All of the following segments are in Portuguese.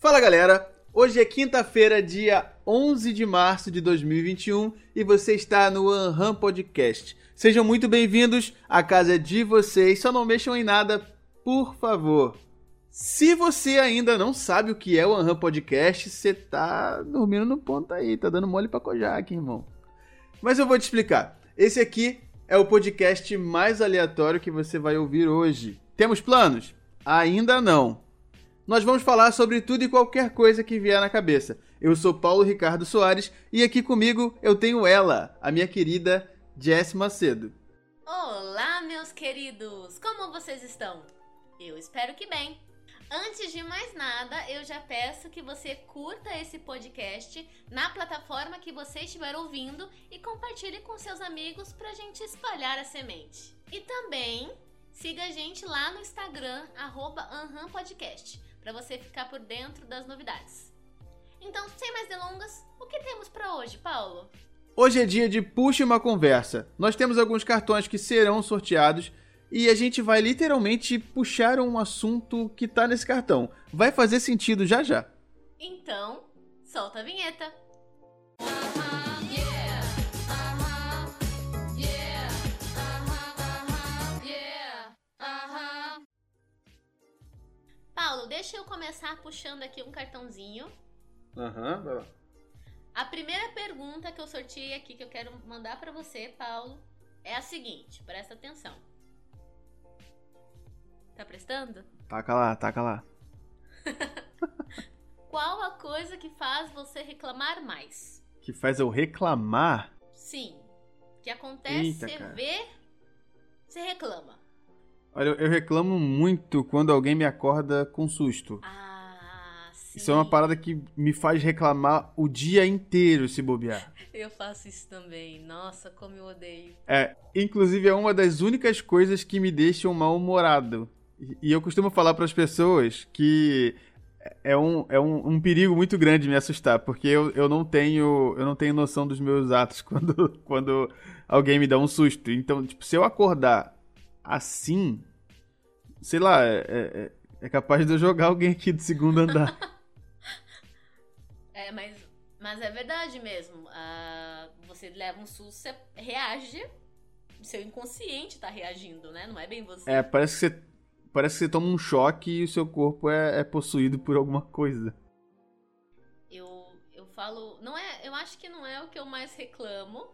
Fala galera, hoje é quinta-feira, dia 11 de março de 2021 e você está no Anham Podcast. Sejam muito bem-vindos, a casa é de vocês, só não mexam em nada, por favor. Se você ainda não sabe o que é o Anham Podcast, você tá dormindo no ponto aí, tá dando mole pra Kojak, irmão. Mas eu vou te explicar. Esse aqui é o podcast mais aleatório que você vai ouvir hoje. Temos planos? Ainda não. Nós vamos falar sobre tudo e qualquer coisa que vier na cabeça. Eu sou Paulo Ricardo Soares e aqui comigo eu tenho ela, a minha querida Jess Macedo. Olá, meus queridos! Como vocês estão? Eu espero que bem. Antes de mais nada, eu já peço que você curta esse podcast na plataforma que você estiver ouvindo e compartilhe com seus amigos pra gente espalhar a semente. E também siga a gente lá no Instagram, @AnhamPodcast, pra você ficar por dentro das novidades. Então, sem mais delongas, o que temos pra hoje, Paulo? Hoje é dia de Puxe uma Conversa. Nós temos alguns cartões que serão sorteados e a gente vai literalmente puxar um assunto que tá nesse cartão. Vai fazer sentido já já. Então, solta a vinheta! Paulo, deixa eu começar puxando aqui um cartãozinho. Vai lá. A primeira pergunta que eu sorteei aqui, que eu quero mandar pra você, Paulo, é a seguinte, presta atenção. Tá prestando? Taca lá. Qual a coisa que faz você reclamar mais? Que faz eu reclamar? Sim. Que acontece, Eita, você cara. vê, você reclama. Olha, eu reclamo muito quando alguém me acorda com susto. Ah, sim. Isso é uma parada que me faz reclamar o dia inteiro, se bobear. Eu faço isso também. Nossa, como eu odeio. Inclusive é uma das únicas coisas que me deixam mal-humorado. E eu costumo falar para as pessoas que é um perigo muito grande me assustar, porque eu não tenho noção dos meus atos quando alguém me dá um susto. Então, tipo, se eu acordar assim, sei lá, é capaz de eu jogar alguém aqui do segundo andar. Mas é verdade mesmo. Você leva um susto, você reage. Seu inconsciente tá reagindo, né? Não é bem você. Parece que você toma um choque e o seu corpo é possuído por alguma coisa. Eu falo... eu acho que não é o que eu mais reclamo.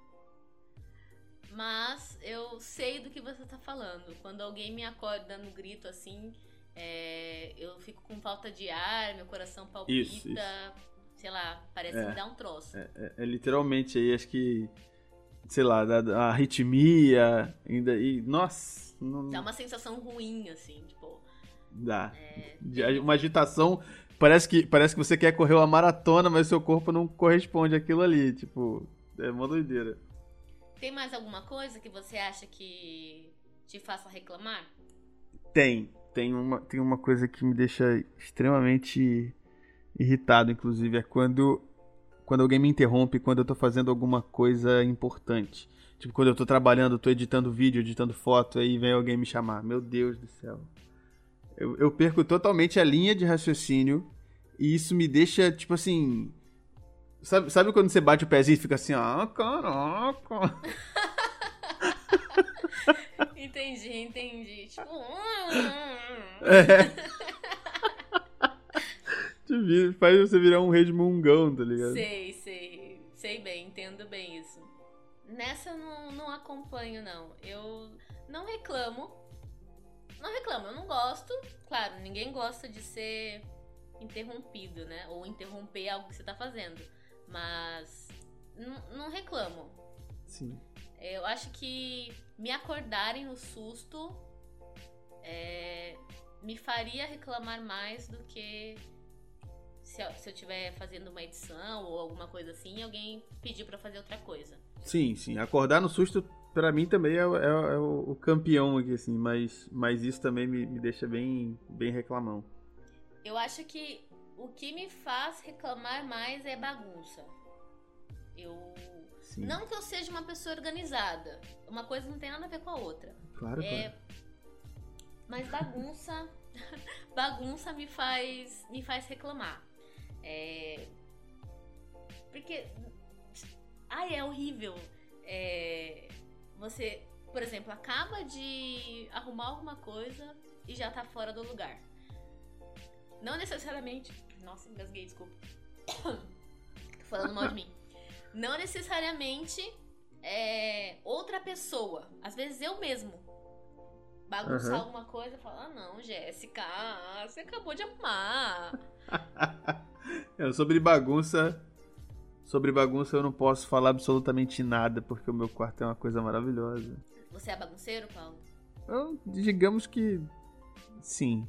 Mas eu sei do que você tá falando. Quando alguém me acorda no grito assim, eu fico com falta de ar, meu coração palpita. Isso. Sei lá, parece me dar um troço. É literalmente aí, acho que, sei lá, a arritmia, ainda, e, nossa... Dá uma sensação ruim, assim, tipo... Dá. Uma agitação, parece que você quer correr uma maratona, mas seu corpo não corresponde àquilo ali, tipo, é uma doideira. Tem mais alguma coisa que você acha que te faça reclamar? Tem uma coisa que me deixa extremamente irritado, inclusive, é quando alguém me interrompe quando eu tô fazendo alguma coisa importante. Tipo, quando eu tô trabalhando, tô editando vídeo, editando foto, aí vem alguém me chamar. Meu Deus do céu. Eu perco totalmente a linha de raciocínio e isso me deixa, tipo assim... Sabe quando você bate o pezinho e fica assim, caraca... Entendi. Tipo... Faz você virar um resmungão, tá ligado? Sei bem, entendo bem isso. Nessa eu não acompanho, não. Eu não reclamo. Eu não gosto. Claro, ninguém gosta de ser interrompido, né? Ou interromper algo que você tá fazendo. Mas não reclamo. Sim. Eu acho que me acordarem no susto me faria reclamar mais do que se eu estiver fazendo uma edição ou alguma coisa assim e alguém pedir pra fazer outra coisa. Sim. Acordar no susto, pra mim, também é o campeão aqui, assim. Mas isso também me deixa bem reclamão. Eu acho que o que me faz reclamar mais é bagunça. Sim. Não que eu seja uma pessoa organizada. Uma coisa não tem nada a ver com a outra. Claro. Mas bagunça me faz reclamar. Porque, é horrível. Você, por exemplo, acaba de arrumar alguma coisa e já tá fora do lugar. Não necessariamente... Nossa, engasguei, desculpa. Tô falando mal de mim. Não necessariamente outra pessoa. Às vezes eu mesmo bagunçar alguma coisa e falar, não, Jéssica, você acabou de arrumar. Sobre bagunça eu não posso falar absolutamente nada, porque o meu quarto é uma coisa maravilhosa. Você é bagunceiro, Paulo? Digamos que sim.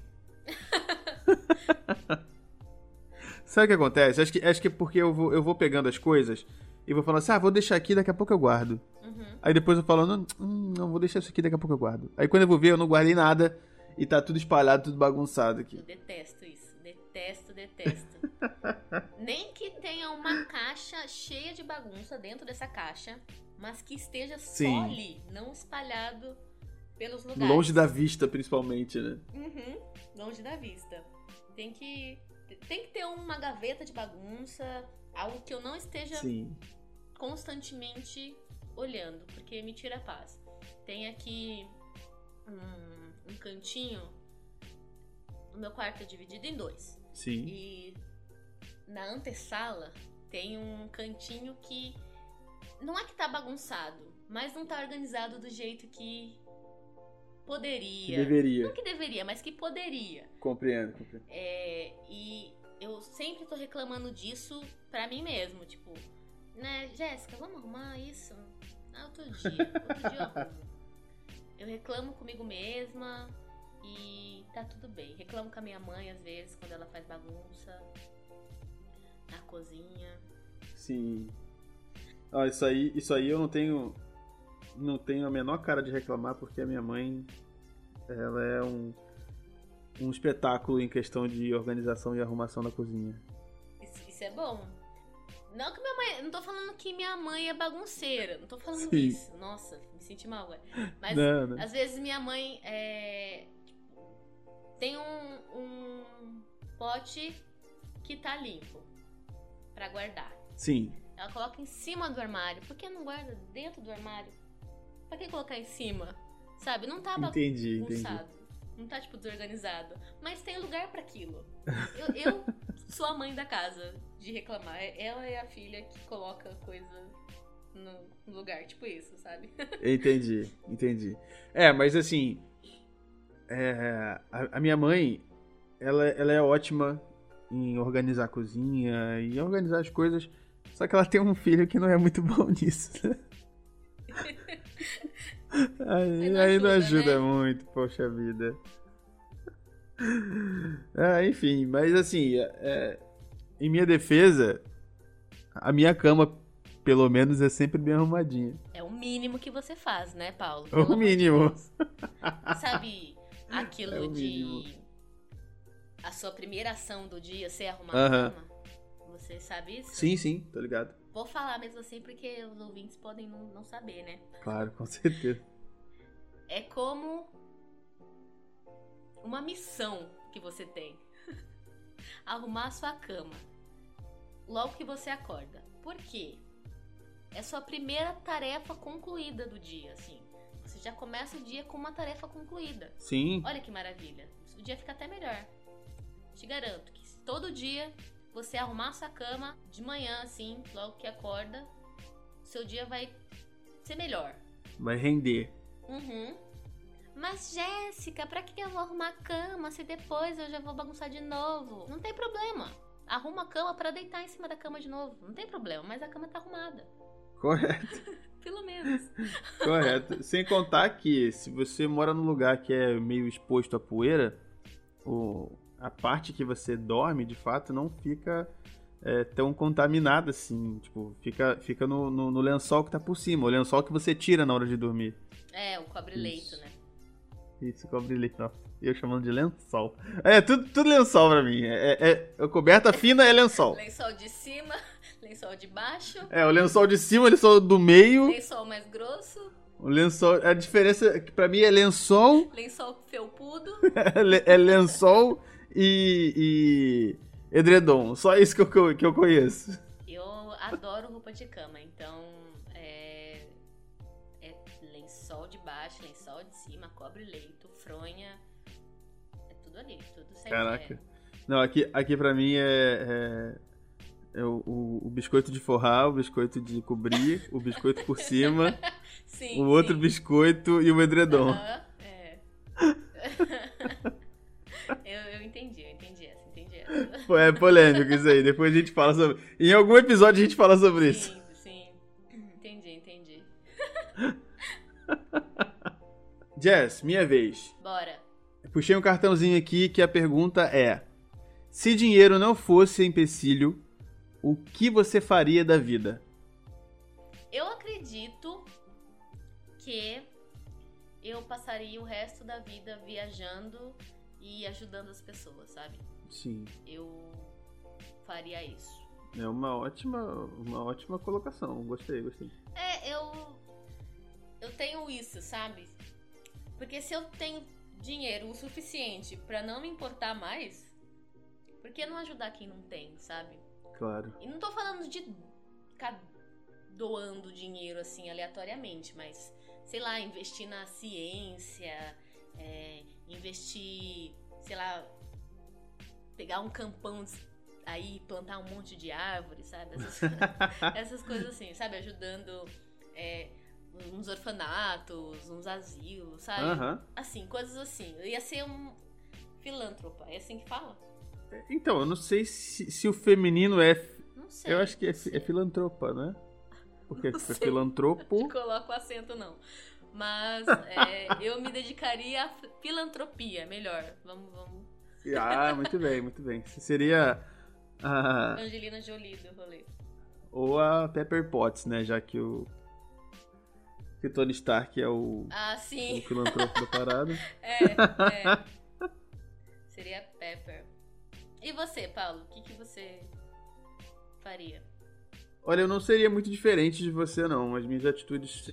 Sabe o que acontece? Acho que é porque eu vou pegando as coisas e vou falando assim, vou deixar aqui, daqui a pouco eu guardo. Aí depois eu falo, não, vou deixar isso aqui, daqui a pouco eu guardo. Aí quando eu vou ver, eu não guardei nada e tá tudo espalhado, tudo bagunçado aqui. Eu detesto isso. Detesto. Nem que tenha uma caixa cheia de bagunça dentro dessa caixa, mas que esteja só ali, não espalhado pelos lugares. Longe da vista, principalmente, né? Longe da vista. Tem que ter uma gaveta de bagunça, algo que eu não esteja constantemente olhando, porque me tira a paz. Tem aqui um cantinho. O meu quarto é dividido em 2. Sim. E na antessala tem um cantinho que não é que tá bagunçado, mas não tá organizado do jeito que poderia. Que deveria. Não que deveria, mas que poderia. Compreendo. E eu sempre tô reclamando disso pra mim mesmo. Tipo, né, Jéssica, vamos arrumar isso? Outro dia eu arrumo. Eu reclamo comigo mesma e tá tudo bem. Reclamo com a minha mãe às vezes quando ela faz bagunça na cozinha. Sim. Isso aí eu não tenho a menor cara de reclamar, porque a minha mãe, ela é um espetáculo em questão de organização e arrumação da cozinha. Isso é bom. Não que minha mãe... Não tô falando que minha mãe é bagunceira. Não tô falando Sim. isso. Nossa, me senti mal agora. Mas não. Às vezes minha mãe tem um pote que tá limpo pra guardar. Sim. Ela coloca em cima do armário. Por que não guarda dentro do armário? Pra que colocar em cima? Sabe? Não tá bagunçado. Entendi. Não tá, desorganizado. Mas tem lugar pra aquilo. Eu sou a mãe da casa de reclamar. Ela é a filha que coloca coisa no lugar. Tipo isso, sabe? Entendi. Mas assim... a minha mãe, ela é ótima em organizar a cozinha e organizar as coisas. Só que ela tem um filho que não é muito bom nisso. Aí não ajuda, né? Muito, poxa vida. Enfim, mas assim, em minha defesa, a minha cama, pelo menos, é sempre bem arrumadinha. É o mínimo que você faz, né, Paulo? O mínimo. Sabe aquilo de... A sua primeira ação do dia ser arrumar a cama? Você sabe isso? Sim, tô ligado. Vou falar mesmo assim porque os ouvintes podem não saber, né? Claro, com certeza. É como uma missão que você tem. Arrumar a sua cama logo que você acorda. Por quê? É sua primeira tarefa concluída do dia, assim. Você já começa o dia com uma tarefa concluída. Sim. Olha que maravilha. O dia fica até melhor. Te garanto que se todo dia você arrumar sua cama de manhã, assim, logo que acorda, seu dia vai ser melhor. Vai render. Mas, Jéssica, pra que eu vou arrumar a cama se depois eu já vou bagunçar de novo? Não tem problema. Arruma a cama pra deitar em cima da cama de novo. Não tem problema, mas a cama tá arrumada. Correto. Pelo menos. Correto. Sem contar que se você mora num lugar que é meio exposto à poeira, a parte que você dorme, de fato, não fica tão contaminada assim. Tipo, fica no lençol que tá por cima. O lençol que você tira na hora de dormir. O cobre-leito, né? Isso, cobre-leito. Eu chamando de lençol. Tudo lençol pra mim. Coberta fina é lençol. Lençol de cima, lençol de baixo. O lençol de cima, o lençol do meio. Lençol mais grosso. O lençol, a diferença que pra mim é lençol... Lençol felpudo. É lençol e edredom. Só isso que eu conheço. Eu adoro roupa de cama, então é lençol de baixo, lençol de cima, cobre-leito, fronha, é tudo ali, tudo certo. Caraca. Não, aqui pra mim é o biscoito de forrar, o biscoito de cobrir, o biscoito por cima, sim, o outro biscoito e o edredom. Eu entendi essa. Pô, é polêmico isso aí, depois a gente fala sobre... Em algum episódio a gente fala sobre isso. Sim, entendi. Jess, minha vez. Bora. Puxei um cartãozinho aqui que a pergunta é: se dinheiro não fosse empecilho, o que você faria da vida? Eu acredito que eu passaria o resto da vida viajando e ajudando as pessoas, sabe? Sim. Eu faria isso. É uma ótima colocação. Gostei. Eu tenho isso, sabe? Porque se eu tenho dinheiro o suficiente pra não me importar mais, por que não ajudar quem não tem, sabe? Claro. E não tô falando de ficar doando dinheiro assim aleatoriamente, mas, sei lá, investir na ciência, investir, sei lá, pegar um campão aí, plantar um monte de árvores, sabe? Essas coisas assim, sabe? Ajudando uns orfanatos, uns asilos, sabe? Uhum. Assim, coisas assim. Eu ia ser um filântropa, é assim que fala? Então, eu não sei se o feminino é... Não sei. Eu acho que é filantropa, né? Porque não sei. Filantropo... Não coloco o acento, não. Mas eu me dedicaria à filantropia, melhor. Vamos... Ah, muito bem. Você seria a... Angelina Jolie do rolê. Ou a Pepper Potts, né? Já que o Tony Stark é o filantropo da parada. Seria Pepper. E você, Paulo? O que você faria? Olha, eu não seria muito diferente de você, não. As minhas atitudes...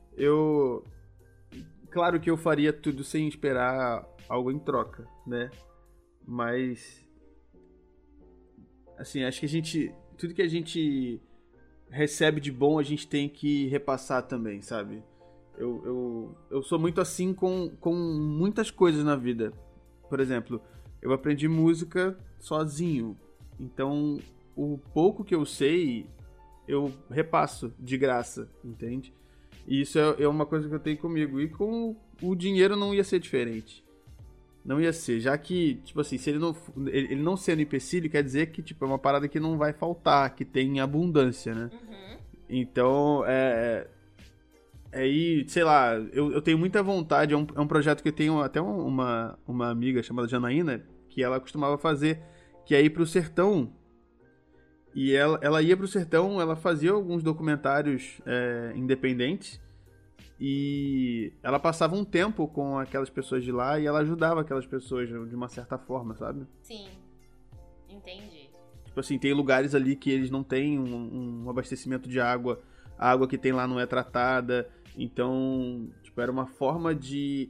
Claro que eu faria tudo sem esperar algo em troca, né? Mas... Assim, acho que tudo que a gente recebe de bom, a gente tem que repassar também, sabe? Eu sou muito assim com muitas coisas na vida. Por exemplo, eu aprendi música sozinho. Então, o pouco que eu sei, eu repasso de graça, entende? E isso é uma coisa que eu tenho comigo. E com o dinheiro não ia ser diferente. Não ia ser, já que, tipo assim, se ele não sendo empecilho, quer dizer que, tipo, é uma parada que não vai faltar, que tem abundância, né? Uhum. Então, aí, sei lá, eu tenho muita vontade, é um projeto que eu tenho até uma amiga chamada Janaína, que ela costumava fazer, que é ir pro sertão. E ela ia pro sertão, ela fazia alguns documentários independentes, e ela passava um tempo com aquelas pessoas de lá e ela ajudava aquelas pessoas de uma certa forma, sabe? Sim, entendi. Tipo assim, tem lugares ali que eles não têm um abastecimento de água, a água que tem lá não é tratada, então, tipo, era uma forma de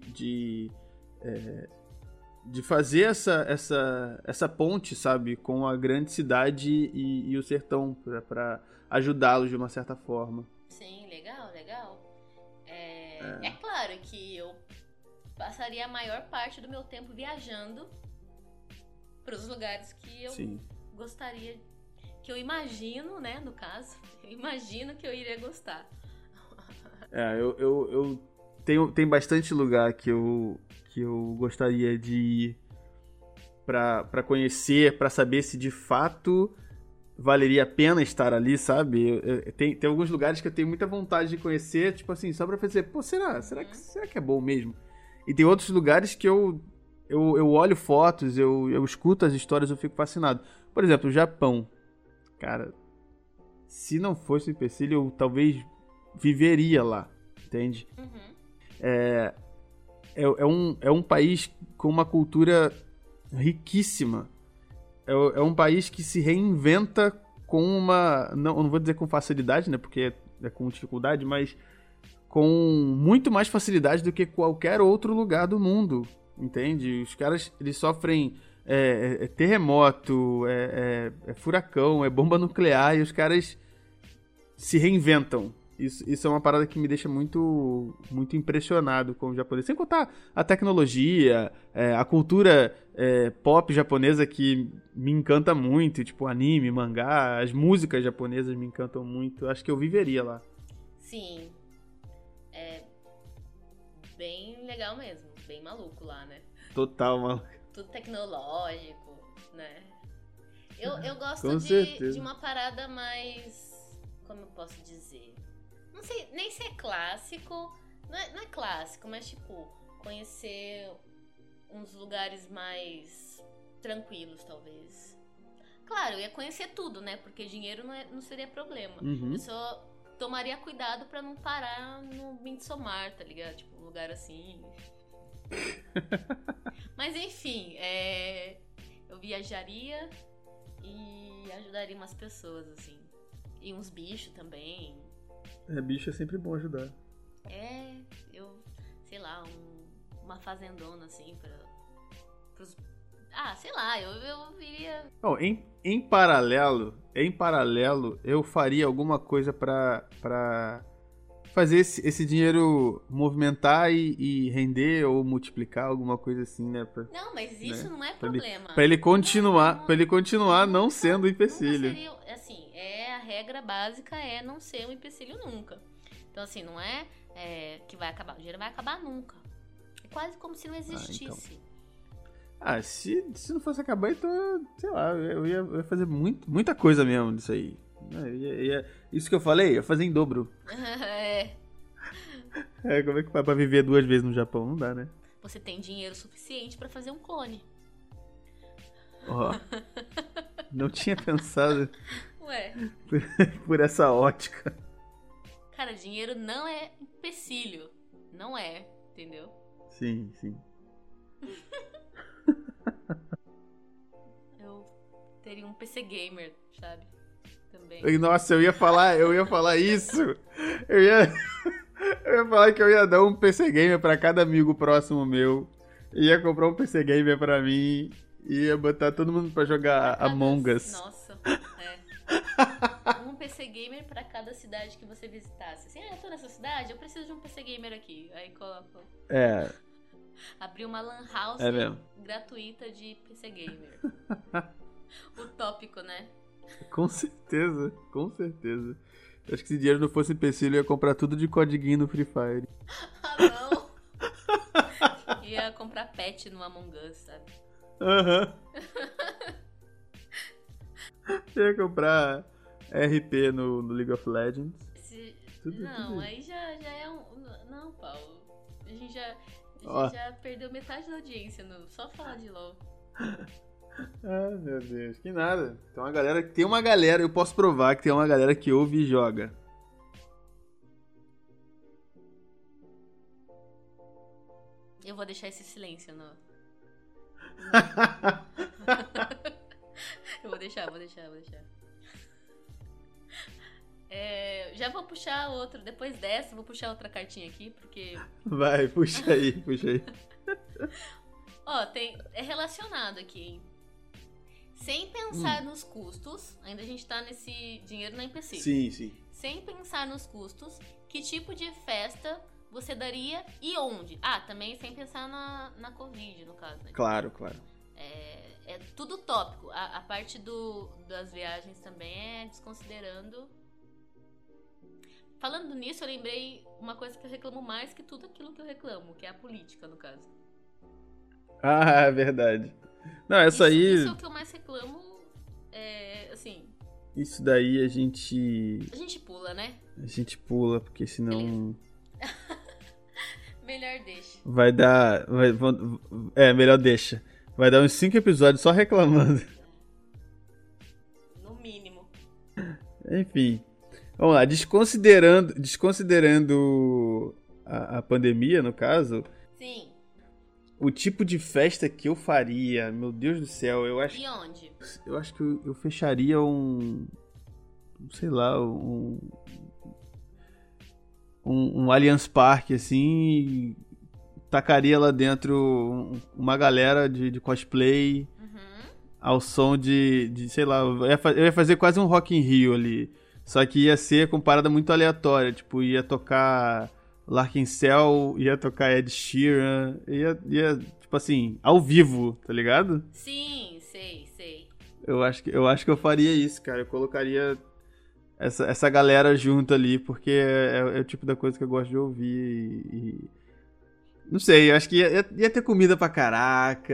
fazer essa ponte, sabe, com a grande cidade e o sertão, pra ajudá-los de uma certa forma. Sim, legal. É claro que eu passaria a maior parte do meu tempo viajando para os lugares que eu gostaria, que eu imagino, né, no caso, eu imagino que eu iria gostar. Eu tenho bastante lugar que eu gostaria de ir pra conhecer, pra saber se de fato valeria a pena estar ali, sabe? Tem alguns lugares que eu tenho muita vontade de conhecer, tipo assim, só pra fazer, pô, será que é bom mesmo? E tem outros lugares que eu olho fotos, eu escuto as histórias, eu fico fascinado. Por exemplo, o Japão. Cara, se não fosse o empecilho, eu talvez viveria lá, entende? Uhum. É um país com uma cultura riquíssima. É um país que se reinventa com uma... Não vou dizer com facilidade, né? Porque é com dificuldade, mas com muito mais facilidade do que qualquer outro lugar do mundo, entende? Os caras, eles sofrem terremoto, furacão, bomba nuclear, e os caras se reinventam. Isso é uma parada que me deixa muito, muito impressionado com o japonês. Sem contar a tecnologia, a cultura pop japonesa que me encanta muito, tipo anime, mangá, as músicas japonesas me encantam muito. Acho que eu viveria lá. Sim. É bem legal mesmo, bem maluco lá, né? Total, mano. Tudo tecnológico, né? Eu gosto Com certeza. de uma parada mais... Como eu posso dizer? Não sei nem se é clássico. Não é clássico, mas tipo, conhecer uns lugares mais tranquilos, talvez. Claro, eu ia conhecer tudo, né? Porque dinheiro não seria problema. Uhum. Eu só tomaria cuidado pra não parar no Midsommar, tá ligado? Tipo, um lugar assim. Mas enfim, eu viajaria e ajudaria umas pessoas, assim. E uns bichos também. Bicho é sempre bom ajudar. Sei lá, uma fazendona, assim, pros... sei lá, eu viria... Bom, em paralelo, eu faria alguma coisa pra fazer esse dinheiro movimentar e render ou multiplicar, alguma coisa assim, né? Não, mas isso não é problema. Pra ele continuar não sendo um empecilho. Nunca seria, assim, a regra básica é não ser um empecilho nunca. Então, assim, não é que vai acabar. O dinheiro vai acabar nunca. É quase como se não existisse. Se não fosse acabar, então, sei lá, eu ia fazer muita coisa mesmo disso aí. Isso que eu falei, eu ia fazer em dobro. Como é que vai pra viver 2 vezes no Japão? Não dá, né? Você tem dinheiro suficiente pra fazer um clone. Não tinha pensado Ué. por essa ótica. Cara, dinheiro não é empecilho. Não é, entendeu? Sim. Eu teria um PC gamer, sabe? Também. Nossa, eu ia falar isso. Eu ia falar que eu ia dar um PC gamer pra cada amigo próximo meu. Ia comprar um PC gamer pra mim. Ia botar todo mundo pra jogar Among Us. Nossa, um PC gamer pra cada cidade que você visitasse. Assim, eu tô nessa cidade, eu preciso de um PC gamer aqui. Aí coloca... Abrir uma lan house gratuita de PC gamer. Utópico, né? Com certeza. Acho que se dinheiro não fosse empecilho, eu ia comprar tudo de codiguinho no Free Fire. Não! Ia comprar pet no Among Us, sabe? Ia comprar RP no League of Legends. Não, aí já é um... Não, Paulo. A gente já perdeu metade da audiência só falar de LOL. Meu Deus, que nada. Tem uma galera, eu posso provar que tem uma galera que ouve e joga. Eu vou deixar esse silêncio Eu vou deixar. Já vou puxar outro. Depois dessa, vou puxar outra cartinha aqui, porque... Vai, puxa aí. É relacionado aqui, hein? Sem pensar nos custos, ainda a gente tá nesse dinheiro não é empecilho. Sim. Sem pensar nos custos, que tipo de festa você daria e onde? Também sem pensar na Covid, no caso, né? Claro. É tudo tópico. A parte das viagens também é desconsiderando. Falando nisso, eu lembrei uma coisa que eu reclamo mais que tudo aquilo que eu reclamo, que é a política, no caso. É verdade. Não, Isso é o que eu mais reclamo, assim... Isso daí a gente pula, né? A gente pula, porque senão... Melhor deixa. Melhor deixa. Vai dar uns 5 episódios só reclamando. No mínimo. Enfim. Vamos lá, desconsiderando a pandemia, no caso. Sim. O tipo de festa que eu faria, meu Deus do céu, eu acho... E onde? Eu acho que eu fecharia sei lá, um Allianz Parque, assim, e tacaria lá dentro uma galera de cosplay ao som sei lá, eu ia fazer quase um Rock in Rio ali. Só que ia ser com parada muito aleatória, tipo, ia tocar Larkin Cell, ia tocar Ed Sheeran, ia tipo assim, ao vivo, tá ligado? Sim, sei. Eu acho que eu faria isso, cara. Eu colocaria essa galera junto ali, porque é o tipo da coisa que eu gosto de ouvir não sei, eu acho que ia ter comida pra caraca.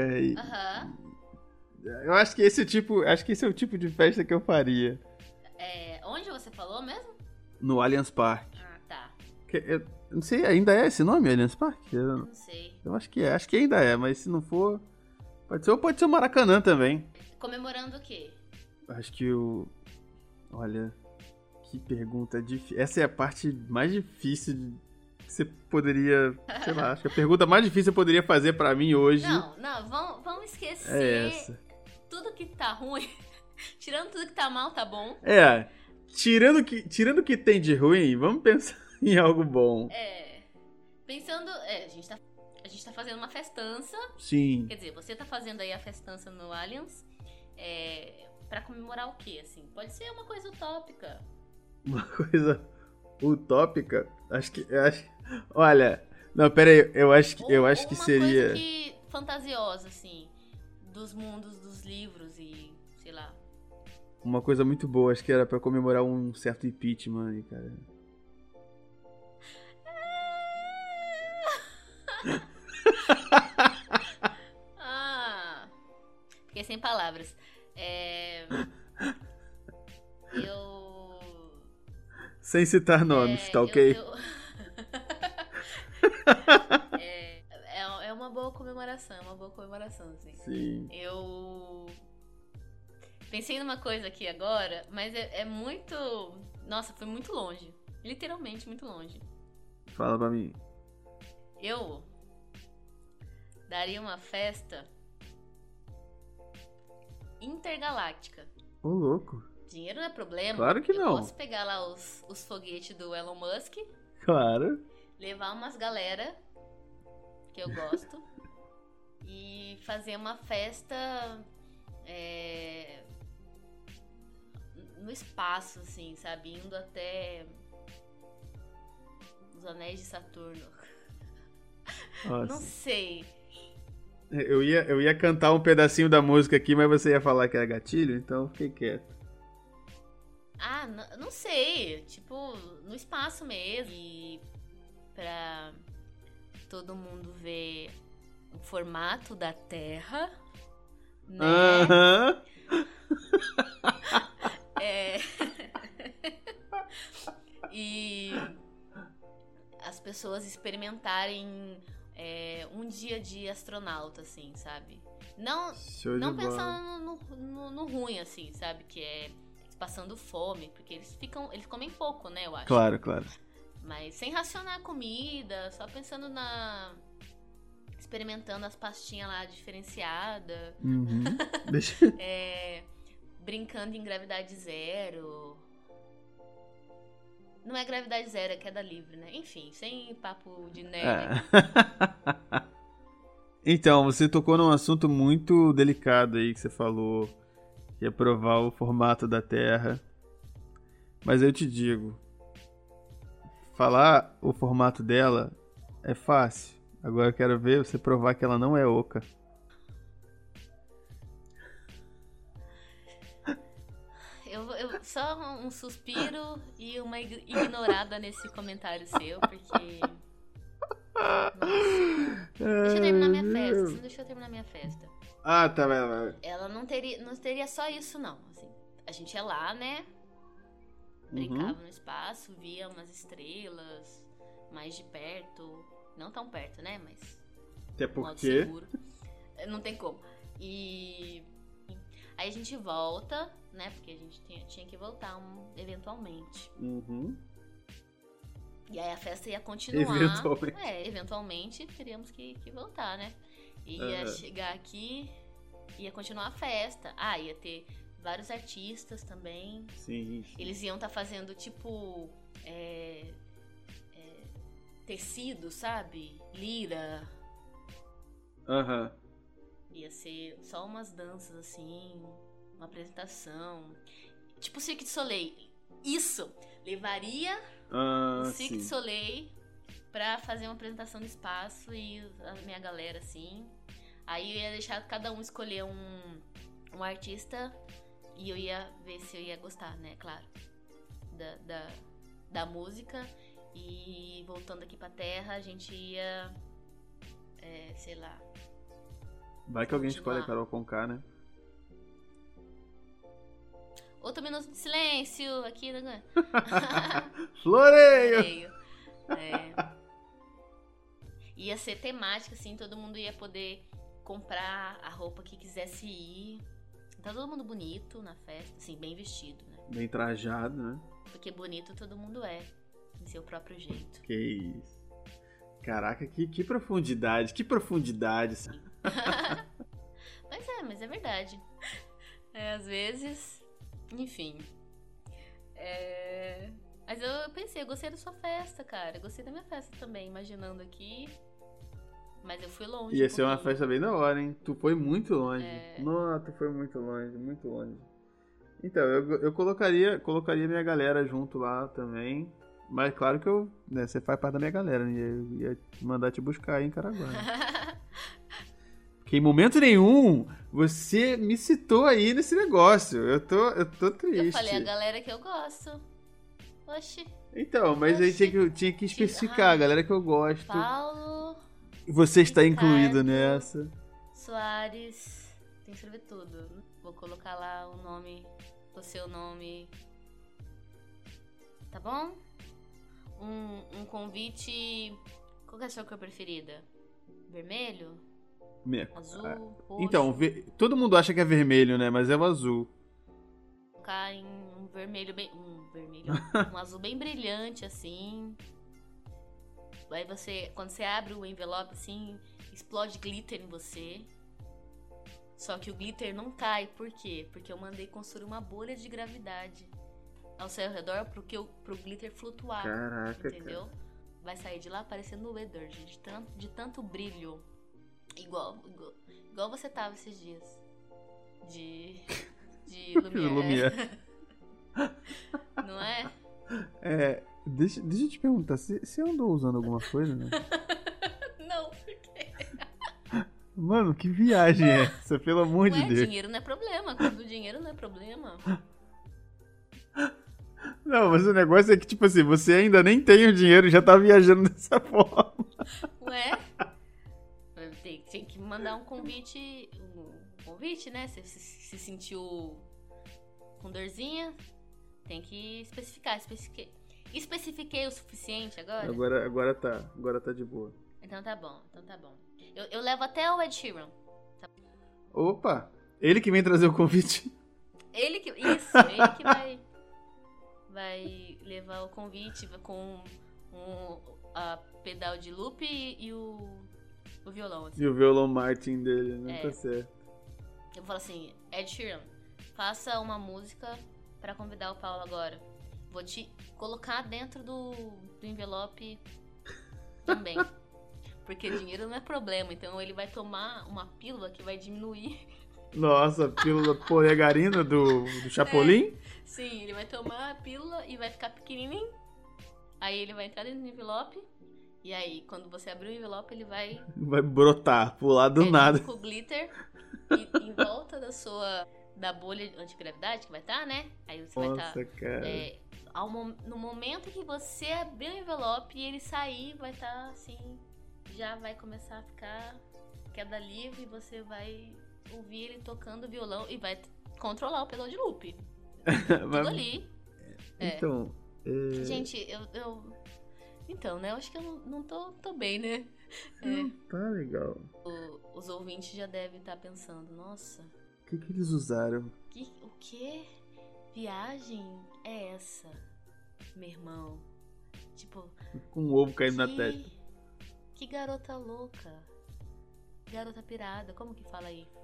Eu acho que esse é o tipo de festa que eu faria. Onde você falou mesmo? No Allianz Parque. Ah, tá. Eu não sei, ainda é esse nome, Allianz Parque? Não sei. Eu acho que ainda é, mas se não for, pode ser o Maracanã também. Comemorando o quê? Acho que olha, que pergunta difícil. Essa é a parte mais difícil que você poderia, sei lá, acho que a pergunta mais difícil que você poderia fazer pra mim hoje. Não, vamos esquecer é essa. Tudo que tá ruim. Tirando tudo que tá mal, tá bom. Tirando o que tem de ruim, vamos pensar em algo bom. Pensando, a gente tá fazendo uma festança. Sim. Quer dizer, você tá fazendo aí a festança no Allianz, pra comemorar o quê, assim? Pode ser uma coisa utópica. Uma coisa utópica? Olha, não, pera aí, eu acho que seria... Uma coisa que fantasiosa, assim, dos mundos dos livros e, sei lá. Uma coisa muito boa, acho que era pra comemorar um certo impeachment aí, cara. Fiquei sem palavras. Sem citar nomes, tá ok? É uma boa comemoração, assim. Sim. Eu pensei numa coisa aqui agora, mas é muito... Nossa, foi muito longe. Literalmente muito longe. Fala pra mim. Eu daria uma festa intergaláctica. Ô, louco. Dinheiro não é problema. Claro que não. Eu posso pegar lá os foguetes do Elon Musk. Claro. Levar umas galera que eu gosto e fazer uma festa no espaço, assim, sabe? Indo até os anéis de Saturno. Nossa. Não sei. Eu ia cantar um pedacinho da música aqui, mas você ia falar que era gatilho, então fiquei quieto. Não sei. Tipo, no espaço mesmo. E pra todo mundo ver o formato da Terra, né? Aham. E as pessoas experimentarem um dia de astronauta, assim, sabe? Não pensando no ruim, assim, sabe? Que é passando fome, porque eles comem pouco, né, eu acho. Claro. Mas sem racionar comida, só pensando experimentando as pastinhas lá diferenciadas. Uhum. Brincando em gravidade zero. Não é gravidade zero, é queda livre, né? Enfim, sem papo de nerd. Então, você tocou num assunto muito delicado aí que você falou, que é provar o formato da Terra. Mas eu te digo, falar o formato dela é fácil. Agora eu quero ver você provar que ela não é oca. Só um suspiro e uma ignorada nesse comentário seu, porque... Nossa. Deixa eu terminar minha festa. Você não deixou eu terminar minha festa. Ah, tá, vai. Ela não teria só isso, não. Assim, a gente ia lá, né? Brincava no espaço, via umas estrelas mais de perto. Não tão perto, né? Mas... Até porque... seguro. Não tem como. E... Aí a gente volta, né? Porque a gente tinha que voltar eventualmente. Uhum. E aí a festa ia continuar. Eventualmente teríamos que voltar, né? E ia chegar aqui, ia continuar a festa. Ia ter vários artistas também. Sim. Eles iam estar fazendo, tipo, tecido, sabe? Lira. Aham. Ia ser só umas danças, assim, uma apresentação. Tipo Cirque du Soleil. Isso! Levaria o Cirque du Sim. Soleil pra fazer uma apresentação no espaço e a minha galera, assim. Aí eu ia deixar cada um escolher um artista e eu ia ver se eu ia gostar, né? Claro. Da música. E voltando aqui pra Terra, a gente ia... sei lá... Vai que alguém escolhe a continuar. Carol Conká, né? Outro minuto de silêncio aqui, né? Floreio! Floreio. Ia ser temática, assim, todo mundo ia poder comprar a roupa que quisesse ir. Tá todo mundo bonito na festa, assim, bem vestido, né? Bem trajado, né? Porque bonito todo mundo é, em seu próprio jeito. Que isso. Caraca, que profundidade, que profundidade. Mas é verdade. Às vezes, enfim. Mas eu pensei, eu gostei da sua festa, cara. Eu gostei da minha festa também, imaginando aqui. Mas eu fui longe. Ia ser uma festa bem da hora, hein? Tu foi muito longe. É. Nossa, tu foi muito longe, muito longe. Então, eu colocaria minha galera junto lá também. Mas claro que você faz parte da minha galera, né? Eu ia mandar te buscar aí em Caraguá. Porque em momento nenhum você me citou aí nesse negócio. Eu tô triste. Eu falei a galera que eu gosto. Oxi. Então, mas aí tinha que especificar a galera que eu gosto. Paulo. Você está Ricardo incluído nessa. Soares. Tem que escrever tudo. Vou colocar lá o seu nome. Tá bom? Um convite. Qual que é a sua cor preferida? Vermelho? Azul? Roxo? Então, todo mundo acha que é vermelho, né? Mas é o azul. Colocar em um vermelho bem. Um azul bem brilhante, assim. Aí quando você abre o envelope, assim, explode glitter em você. Só que o glitter não cai. Por quê? Porque eu mandei construir uma bolha de gravidade ao seu redor pro glitter flutuar. Caraca, entendeu? cara. Vai sair de lá parecendo o Edward, de tanto brilho. Igual você tava esses dias. De Lumière. Não é? Deixa eu te perguntar, você andou usando alguma coisa, né? Não, por quê? Mano, que viagem é essa, pelo amor de Deus. Dinheiro não é problema. Quando dinheiro não é problema. Não, mas o negócio é que, tipo assim, você ainda nem tem o dinheiro e já tá viajando dessa forma. Ué? Tem que mandar um convite. Um convite, né? Você se sentiu com dorzinha, tem que especificar. Especifiquei o suficiente agora? Agora tá de boa. Então tá bom. Eu levo até o Ed Sheeran. Opa! Ele que vem trazer o convite. Ele que vai levar o convite com a pedal de loop e o violão. Assim. E o violão Martin dele, né? Tá certo. Eu falo assim, Ed Sheeran, faça uma música pra convidar o Paulo agora. Vou te colocar dentro do envelope também. Porque dinheiro não é problema, então ele vai tomar uma pílula que vai diminuir. Nossa, pílula polegarina do Chapolin? Sim, ele vai tomar a pílula e vai ficar pequenininho. Aí ele vai entrar dentro do envelope. E aí, quando você abrir o envelope, ele vai... Vai brotar, pular do nada. Com glitter e em volta da bolha antigravidade que vai estar, né? Aí você vai estar... cara. No momento que você abrir o envelope e ele sair, vai estar assim... Já vai começar a ficar queda livre e você vai ouvir ele tocando violão e vai controlar o pedal de loop. Tudo ali. Então... Gente, Então, né? Eu acho que eu não tô bem, né? Tá legal. Os ouvintes já devem estar pensando, nossa... O que eles usaram? O que viagem é essa, meu irmão? Tipo... Com um ovo caindo na testa. Que garota louca. Garota pirada. Como que fala aí?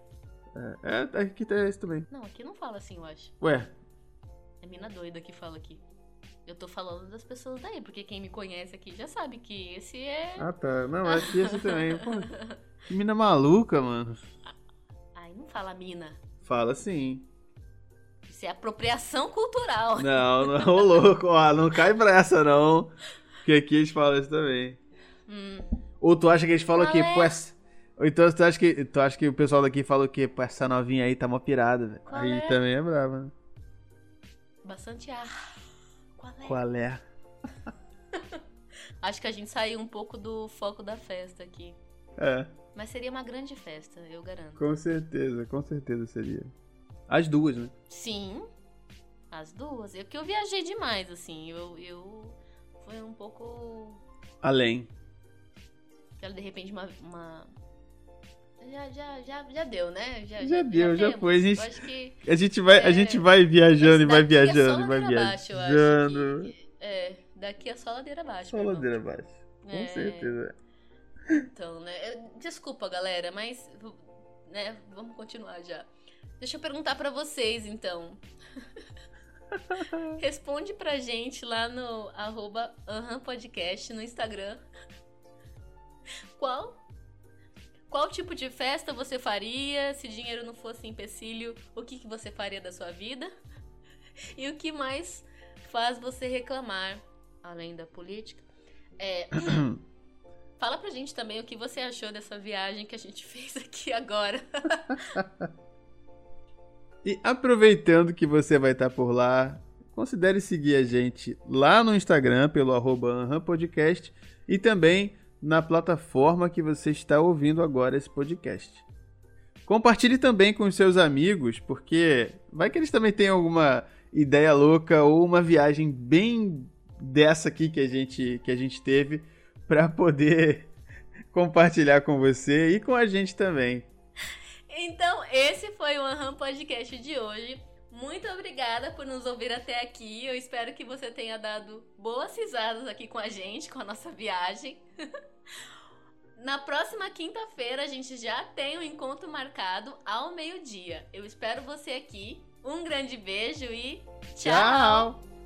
Aqui tá isso também. Não, aqui não fala assim, eu acho. Ué? É mina doida que fala aqui. Eu tô falando das pessoas daí, porque quem me conhece aqui já sabe que esse é... Ah, tá. Não, acho que esse também. Pô, que mina maluca, mano. Ai, não fala mina. Fala sim. Isso é apropriação cultural. Não, ô louco. Ó, não cai pra essa, não. Porque aqui eles falam isso também. Ou tu acha que eles falam o quê? Pô, ou então tu acha que o pessoal daqui fala o quê? Pô, essa novinha aí tá mó pirada, velho. Aí também é brava, né? Bastante ar. Qual é? Acho que a gente saiu um pouco do foco da festa aqui. É. Mas seria uma grande festa, eu garanto. Com certeza seria. As duas, né? Sim, as duas. É que eu viajei demais, assim. Eu fui um pouco... Além. De repente, Já deu, né? Já deu, já foi. A gente vai viajando e vai viajando. Daqui é só ladeira abaixo. Só ladeira abaixo. Com certeza. Então, né? Desculpa, galera, mas né, vamos continuar já. Deixa eu perguntar pra vocês, então. Responde pra gente lá no @anhampodcast no Instagram. Qual tipo de festa você faria? Se dinheiro não fosse empecilho, o que você faria da sua vida? E o que mais faz você reclamar, além da política? Fala pra gente também o que você achou dessa viagem que a gente fez aqui agora. E aproveitando que você vai estar por lá, considere seguir a gente lá no Instagram, pelo @anhampodcast, e também na plataforma que você está ouvindo agora esse podcast. Compartilhe também com os seus amigos, porque vai que eles também têm alguma ideia louca ou uma viagem bem dessa aqui que a gente teve para poder compartilhar com você e com a gente também. Então, esse foi o Anham Podcast de hoje. Muito obrigada por nos ouvir até aqui. Eu espero que você tenha dado boas risadas aqui com a gente, com a nossa viagem. Na próxima quinta-feira, a gente já tem um encontro marcado ao meio-dia. Eu espero você aqui. Um grande beijo e tchau!